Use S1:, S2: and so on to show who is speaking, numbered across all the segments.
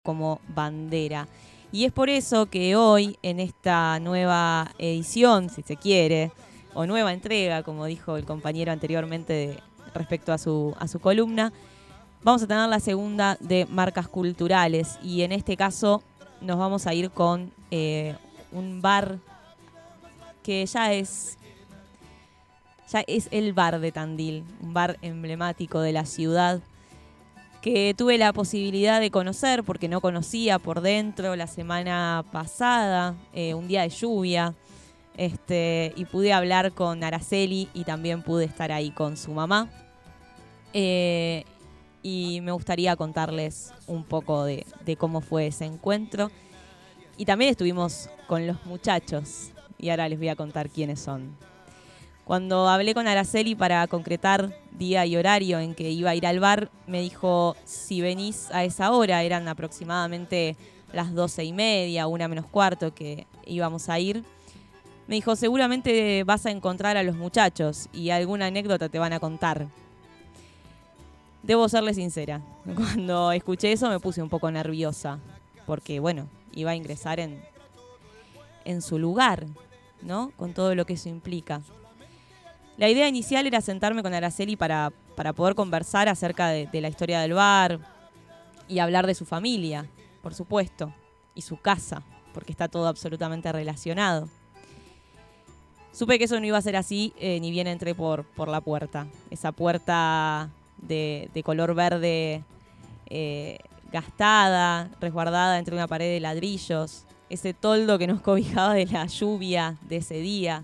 S1: como bandera. Y es por eso que hoy, en esta nueva edición, si se quiere, o nueva entrega, como dijo el compañero anteriormente respecto a su columna, vamos a tener la segunda de marcas culturales. Y en este caso nos vamos a ir con un bar que ya es el bar de Tandil, un bar emblemático de la ciudad, que tuve la posibilidad de conocer porque no conocía por dentro la semana pasada, un día de lluvia, y pude hablar con Araceli y también pude estar ahí con su mamá. Y me gustaría contarles un poco de cómo fue ese encuentro. Y también estuvimos con los muchachos y ahora les voy a contar quiénes son. Cuando hablé con Araceli para concretar día y horario en que iba a ir al bar, me dijo, si venís a esa hora, eran aproximadamente las 12:30, 1:45 que íbamos a ir. Me dijo, seguramente vas a encontrar a los muchachos y alguna anécdota te van a contar. Debo serle sincera, cuando escuché eso me puse un poco nerviosa, porque bueno, iba a ingresar en su lugar, ¿no? Con todo lo que eso implica. La idea inicial era sentarme con Araceli para poder conversar acerca de la historia del bar y hablar de su familia, por supuesto, y su casa, porque está todo absolutamente relacionado. Supe que eso no iba a ser así, ni bien entré por la puerta. Esa puerta de color verde gastada, resguardada entre una pared de ladrillos. Ese toldo que nos cobijaba de la lluvia de ese día.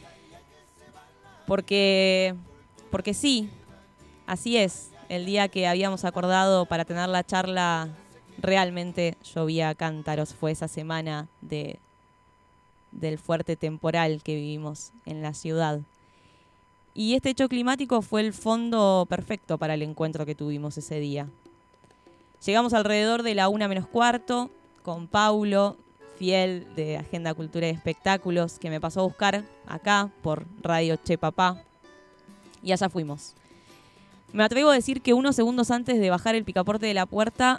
S1: Porque sí, así es. El día que habíamos acordado para tener la charla realmente llovía a cántaros. Fue esa semana del fuerte temporal que vivimos en la ciudad. Y este hecho climático fue el fondo perfecto para el encuentro que tuvimos ese día. Llegamos alrededor de la 1:45 con Paulo, fiel de Agenda Cultura y Espectáculos, que me pasó a buscar acá por Radio Che Papá. Y allá fuimos. Me atrevo a decir que unos segundos antes de bajar el picaporte de la puerta,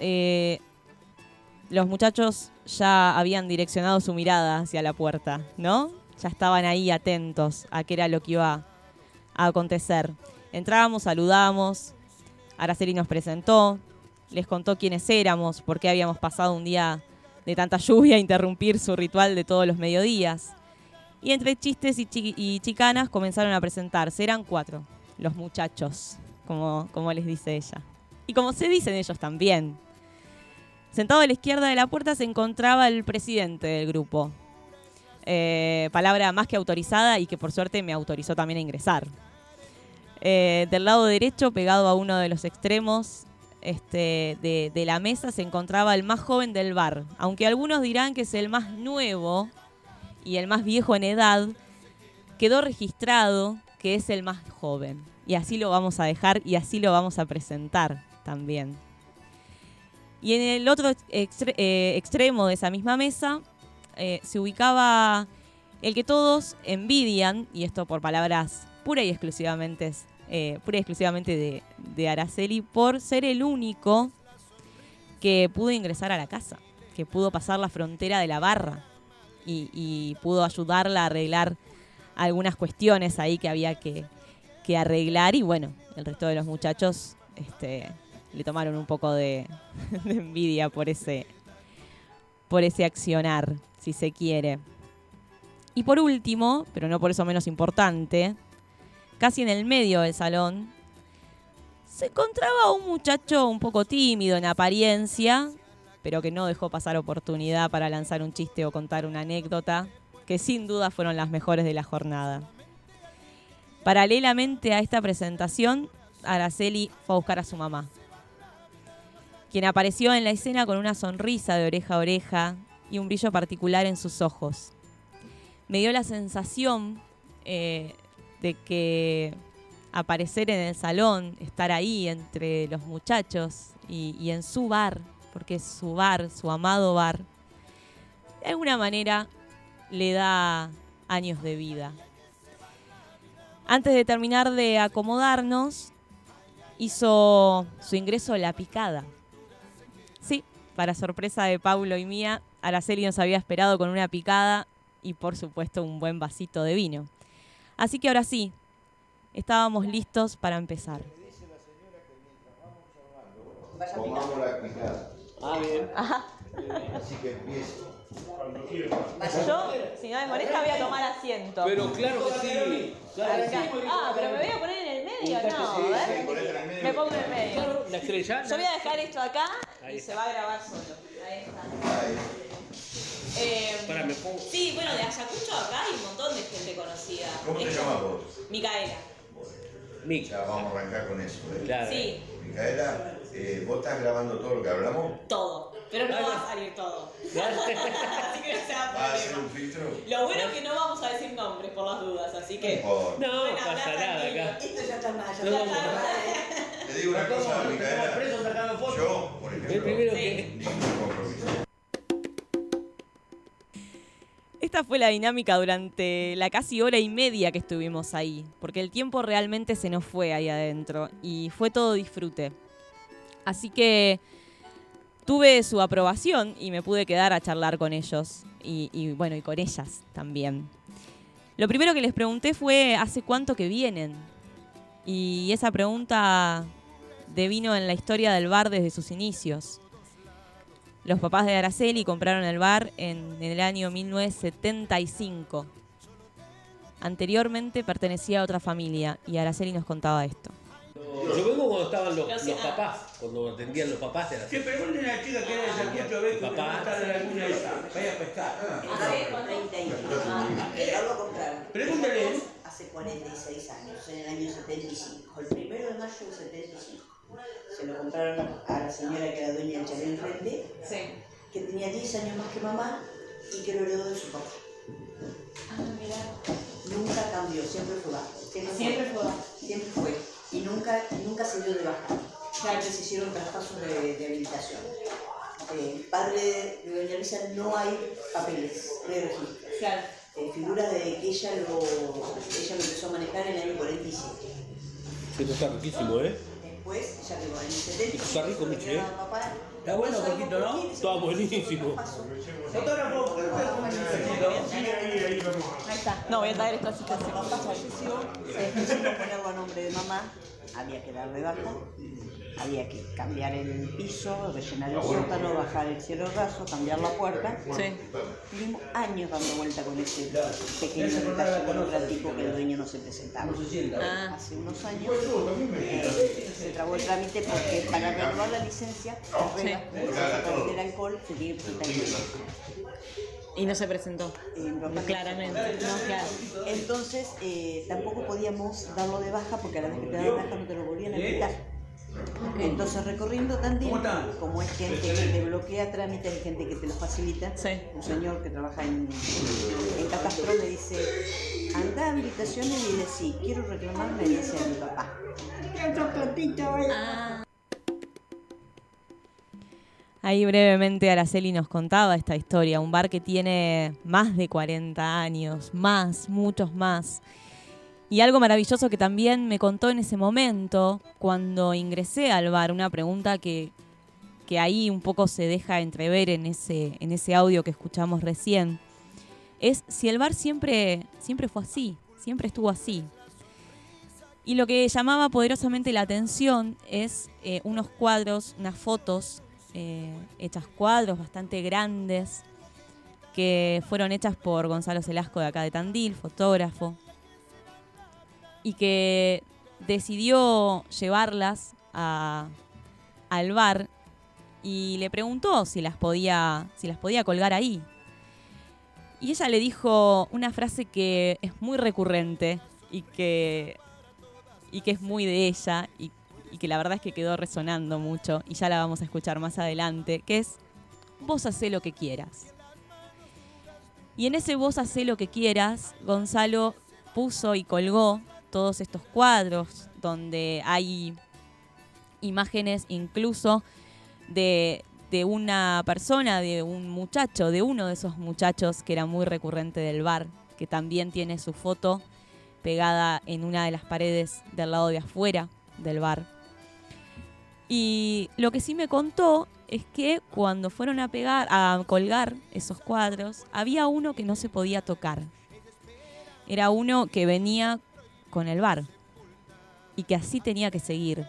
S1: los muchachos ya habían direccionado su mirada hacia la puerta, ¿no? Ya estaban ahí atentos a qué era lo que iba a acontecer. Entrábamos, saludamos, Araceli nos presentó, les contó quiénes éramos, por qué habíamos pasado un día de tanta lluvia a interrumpir su ritual de todos los mediodías. Y entre chistes y chicanas comenzaron a presentarse. Eran 4, los muchachos, como les dice ella. Y como se dicen ellos también. Sentado a la izquierda de la puerta se encontraba el presidente del grupo. Palabra más que autorizada y que por suerte me autorizó también a ingresar. Del lado derecho, pegado a uno de los extremos de la mesa, se encontraba el más joven del bar. Aunque algunos dirán que es el más nuevo y el más viejo en edad, quedó registrado que es el más joven. Y así lo vamos a dejar y así lo vamos a presentar también. Y en el otro extremo de esa misma mesa se ubicaba el que todos envidian, y esto por palabras pura y exclusivamente de Araceli, por ser el único que pudo ingresar a la casa, que pudo pasar la frontera de la barra y pudo ayudarla a arreglar algunas cuestiones ahí que había que arreglar. Y bueno, el resto de los muchachos le tomaron un poco de envidia por ese accionar, si se quiere. Y por último, pero no por eso menos importante, casi en el medio del salón, se encontraba un muchacho un poco tímido en apariencia, pero que no dejó pasar oportunidad para lanzar un chiste o contar una anécdota, que sin duda fueron las mejores de la jornada. Paralelamente a esta presentación, Araceli fue a buscar a su mamá, quien apareció en la escena con una sonrisa de oreja a oreja y un brillo particular en sus ojos. Me dio la sensación de que aparecer en el salón, estar ahí entre los muchachos y en su bar, porque es su bar, su amado bar, de alguna manera le da años de vida. Antes de terminar de acomodarnos, hizo su ingreso La Picada. Sí, para sorpresa de Paulo y mía, Araceli nos había esperado con una picada y por supuesto un buen vasito de vino. Así que ahora sí, estábamos listos para empezar.
S2: Comamos la picada.
S3: Bien.
S1: Ajá.
S2: Así que empiece.
S1: Yo, si no me molesta, voy a tomar asiento.
S3: Pero claro que sí. Claro que sí.
S1: Pero me voy a poner en el medio, ¿no?
S2: Sí,
S1: ¿Ver?
S2: ponete en el medio.
S1: Me pongo en el medio.
S3: Claro, la estrella.
S1: Yo voy a dejar esto acá
S3: Ahí
S1: y
S3: está.
S1: se va a grabar solo. Ahí está.
S2: Ahí.
S3: Pará, me pongo.
S1: Sí, bueno, de Ayacucho acá hay un montón de gente conocida.
S2: ¿Cómo te llamas vos?
S1: Micaela.
S3: Mica.
S2: Ya vamos a arrancar con eso.
S3: Claro.
S1: Sí,
S2: Micaela, ¿vos estás grabando todo lo que hablamos?
S1: todo. Pero no va a salir todo. Así que no se va
S2: ¿Va a hacer
S1: problema.
S2: un filtro?
S1: Lo bueno es que no vamos a decir nombres por las dudas, así que.
S2: Por-
S3: No
S1: Bueno,
S3: pasa
S1: habla
S3: nada
S1: tranquilo.
S3: acá.
S4: Esto ya está mal, ya
S3: No,
S4: está
S3: no,
S4: mal.
S2: Te digo una cosa, Micaela. Yo, por
S3: El
S2: ejemplo,
S3: primero
S1: Sí.
S3: que.
S2: ningún compromiso.
S1: Esta fue la dinámica durante la casi hora y media que estuvimos ahí, porque el tiempo realmente se nos fue ahí adentro y fue todo disfrute. Así que tuve su aprobación y me pude quedar a charlar con ellos y bueno, y con ellas también. Lo primero que les pregunté fue ¿hace cuánto que vienen? Y esa pregunta devino en la historia del bar desde sus inicios. Los papás de Araceli compraron el bar en el año 1975. Anteriormente pertenecía a otra familia y Araceli nos contaba esto.
S3: Yo vengo cuando estaban los
S1: Pero sí,
S3: papás, cuando atendían los papás de la
S5: Que pregunten a la chica que era de Ayacucho a ver cómo
S3: Papá.
S5: está la laguna esa. Vaya a pescar.
S4: Hace 31. Ya lo compraron.
S5: Pregúntale.
S4: Hace 46 años, en el año 75. El 1 de mayo del 75. Se lo compraron a la señora que era dueña del chalet enfrente,
S1: Sí.
S4: que tenía 10 años más que mamá y que lo heredó de su papá. Nunca cambió, siempre fue bajo.
S1: Siempre fue bajo.
S4: Siempre fue. Y nunca se dio de baja. Siempre se hicieron traspasos de habilitación. El padre de doña Luisa no hay papeles, no hay registro.
S1: Claro.
S4: Figuras de que ella lo empezó a manejar en el año 47.
S3: Esto está riquísimo, ¿eh?
S4: Después, ya que en el 70.
S3: Esto está rico, Michi, ¿eh?
S5: Está bueno, Jorgito, ¿no?
S3: Está buenísimo.
S5: Fotógrafo, ¿por qué no puedes
S1: Ahí está. No, voy a traer esto así que
S4: Cuando papá falleció, se decidió ponerlo a nombre de mamá, había que dar de baja, había que cambiar el piso, rellenar el sótano, bajar el cielo raso, cambiar la puerta.
S1: Sí.
S4: Tuvimos años dando vuelta con ese pequeño detalle burocrático que el dueño no se presentaba.
S1: Ah.
S4: Hace unos años se trabó el trámite porque para renovar la licencia, de alcohol, se tiene que presentar el licencia.
S1: Y no se presentó. Claramente. No, claro.
S4: Entonces, tampoco podíamos darlo de baja porque a la vez que te daban de baja no te lo volvían a quitar. Entonces, recorriendo Tandil, como es gente que te bloquea trámites, hay gente que te lo facilita.
S1: Sí.
S4: Un señor que trabaja en Catastro me dice, anda a habilitaciones y dice, sí, quiero reclamar la herencia de mi papá. Otro platito,
S1: Ah. Ahí brevemente Araceli nos contaba esta historia, un bar que tiene más de 40 años, muchos más. Y algo maravilloso que también me contó en ese momento, cuando ingresé al bar, una pregunta que ahí un poco se deja entrever en ese audio que escuchamos recién, es si el bar siempre fue así, siempre estuvo así. Y lo que llamaba poderosamente la atención es unos cuadros, unas fotos, hechas cuadros bastante grandes, que fueron hechas por Gonzalo Celasco de acá de Tandil, fotógrafo, y que decidió llevarlas al bar y le preguntó si las podía colgar ahí. Y ella le dijo una frase que es muy recurrente y que es muy de ella y que la verdad es que quedó resonando mucho y ya la vamos a escuchar más adelante, que es vos hacé lo que quieras. Y en ese vos hacé lo que quieras, Gonzalo puso y colgó todos estos cuadros donde hay imágenes incluso de una persona, de un muchacho, de uno de esos muchachos que era muy recurrente del bar, que también tiene su foto pegada en una de las paredes del lado de afuera del bar. Y lo que sí me contó es que cuando fueron a colgar esos cuadros, había uno que no se podía tocar. Era uno que venía con el bar y que así tenía que seguir.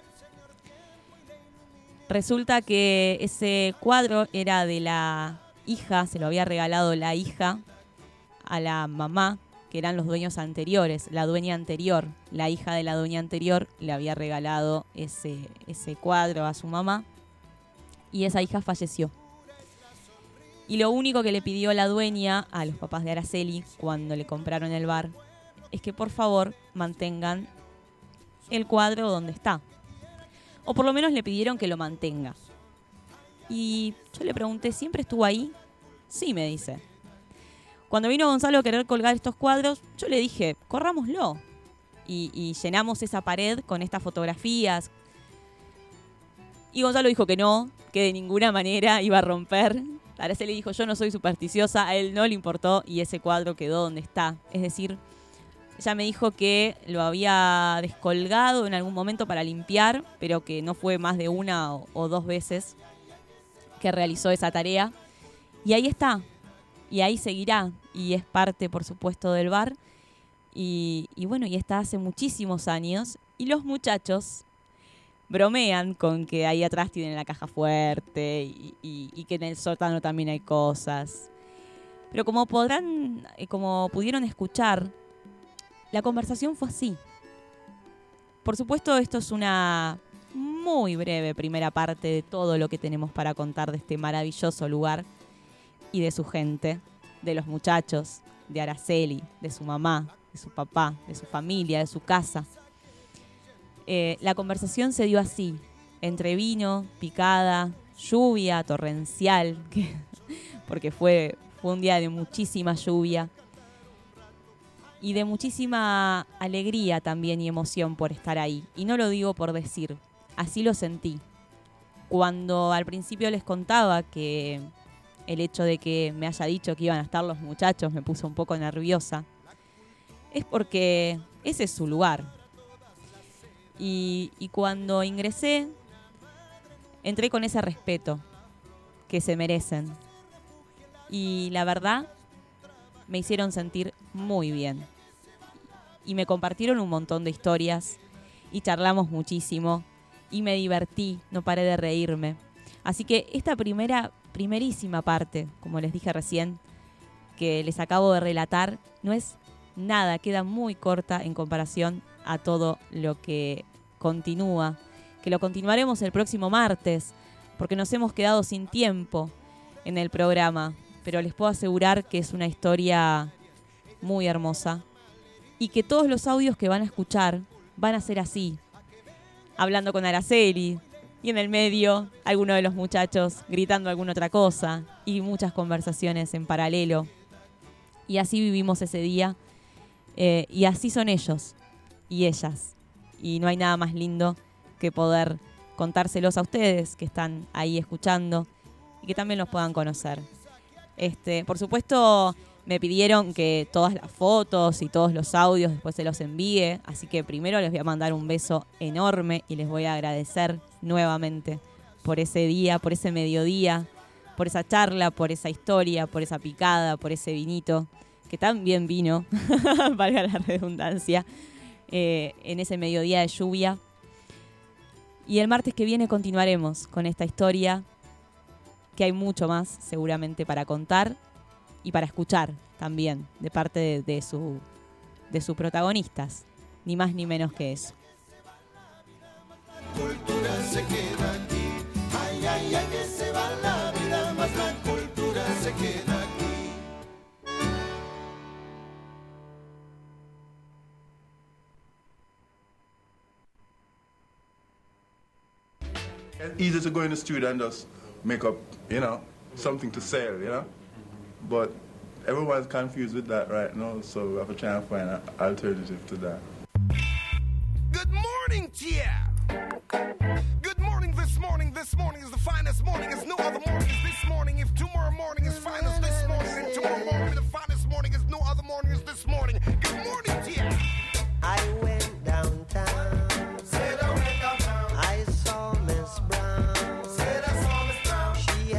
S1: Resulta que ese cuadro era de la hija, se lo había regalado la hija a la mamá, que eran los dueños anteriores, la dueña anterior. La hija de la dueña anterior le había regalado ese cuadro a su mamá y esa hija falleció. Y lo único que le pidió la dueña a los papás de Araceli cuando le compraron el bar es que por favor mantengan el cuadro donde está. O por lo menos le pidieron que lo mantenga. Y yo le pregunté, ¿siempre estuvo ahí? Sí, me dice. Cuando vino Gonzalo a querer colgar estos cuadros, yo le dije, corrámoslo. Y llenamos esa pared con estas fotografías. Y Gonzalo dijo que no, que de ninguna manera iba a romper. Araceli dijo, yo no soy supersticiosa, a él no le importó y ese cuadro quedó donde está. Es decir, ella me dijo que lo había descolgado en algún momento para limpiar, pero que no fue más de una o dos veces que realizó esa tarea. Y ahí está, y ahí seguirá, y es parte, por supuesto, del bar. Y bueno, y está hace muchísimos años, y los muchachos bromean con que ahí atrás tienen la caja fuerte y que en el sótano también hay cosas. Pero como pudieron escuchar, la conversación fue así. Por supuesto, esto es una muy breve primera parte de todo lo que tenemos para contar de este maravilloso lugar y de su gente, de los muchachos, de Araceli, de su mamá, de su papá, de su familia, de su casa. La conversación se dio así, entre vino, picada, lluvia torrencial, porque fue un día de muchísima lluvia y de muchísima alegría también y emoción por estar ahí. Y no lo digo por decir, así lo sentí. Cuando al principio les contaba que el hecho de que me haya dicho que iban a estar los muchachos me puso un poco nerviosa, es porque ese es su lugar. Y cuando ingresé, entré con ese respeto que se merecen. Y la verdad, me hicieron sentir muy bien. Y me compartieron un montón de historias y charlamos muchísimo y me divertí, no paré de reírme. Así que esta primerísima parte, como les dije recién, que les acabo de relatar, no es nada, queda muy corta en comparación a todo lo que continúa, que lo continuaremos el próximo martes, porque nos hemos quedado sin tiempo en el programa, pero les puedo asegurar que es una historia muy hermosa y que todos los audios que van a escuchar van a ser así, hablando con Araceli y en el medio alguno de los muchachos gritando alguna otra cosa y muchas conversaciones en paralelo. Y así vivimos ese día y así son ellos y ellas. Y no hay nada más lindo que poder contárselos a ustedes que están ahí escuchando y que también los puedan conocer. Por supuesto, me pidieron que todas las fotos y todos los audios después se los envíe, así que primero les voy a mandar un beso enorme y les voy a agradecer nuevamente por ese día, por ese mediodía, por esa charla, por esa historia, por esa picada, por ese vinito, que también vino, valga la redundancia, en ese mediodía de lluvia. Y el martes que viene continuaremos con esta historia, que hay mucho más seguramente para contar y para escuchar también de parte de sus protagonistas, ni más ni menos que eso.
S6: La cultura se queda aquí, ay, ay, ay, que se va la vida, más la cultura se queda aquí.
S7: It's easy to go in the studio and just make up, something to sell, But everyone's confused with that right now, so we have to try and find an alternative to that.
S6: Good morning, Tia! Good morning, this morning is the finest morning, it's no other morning.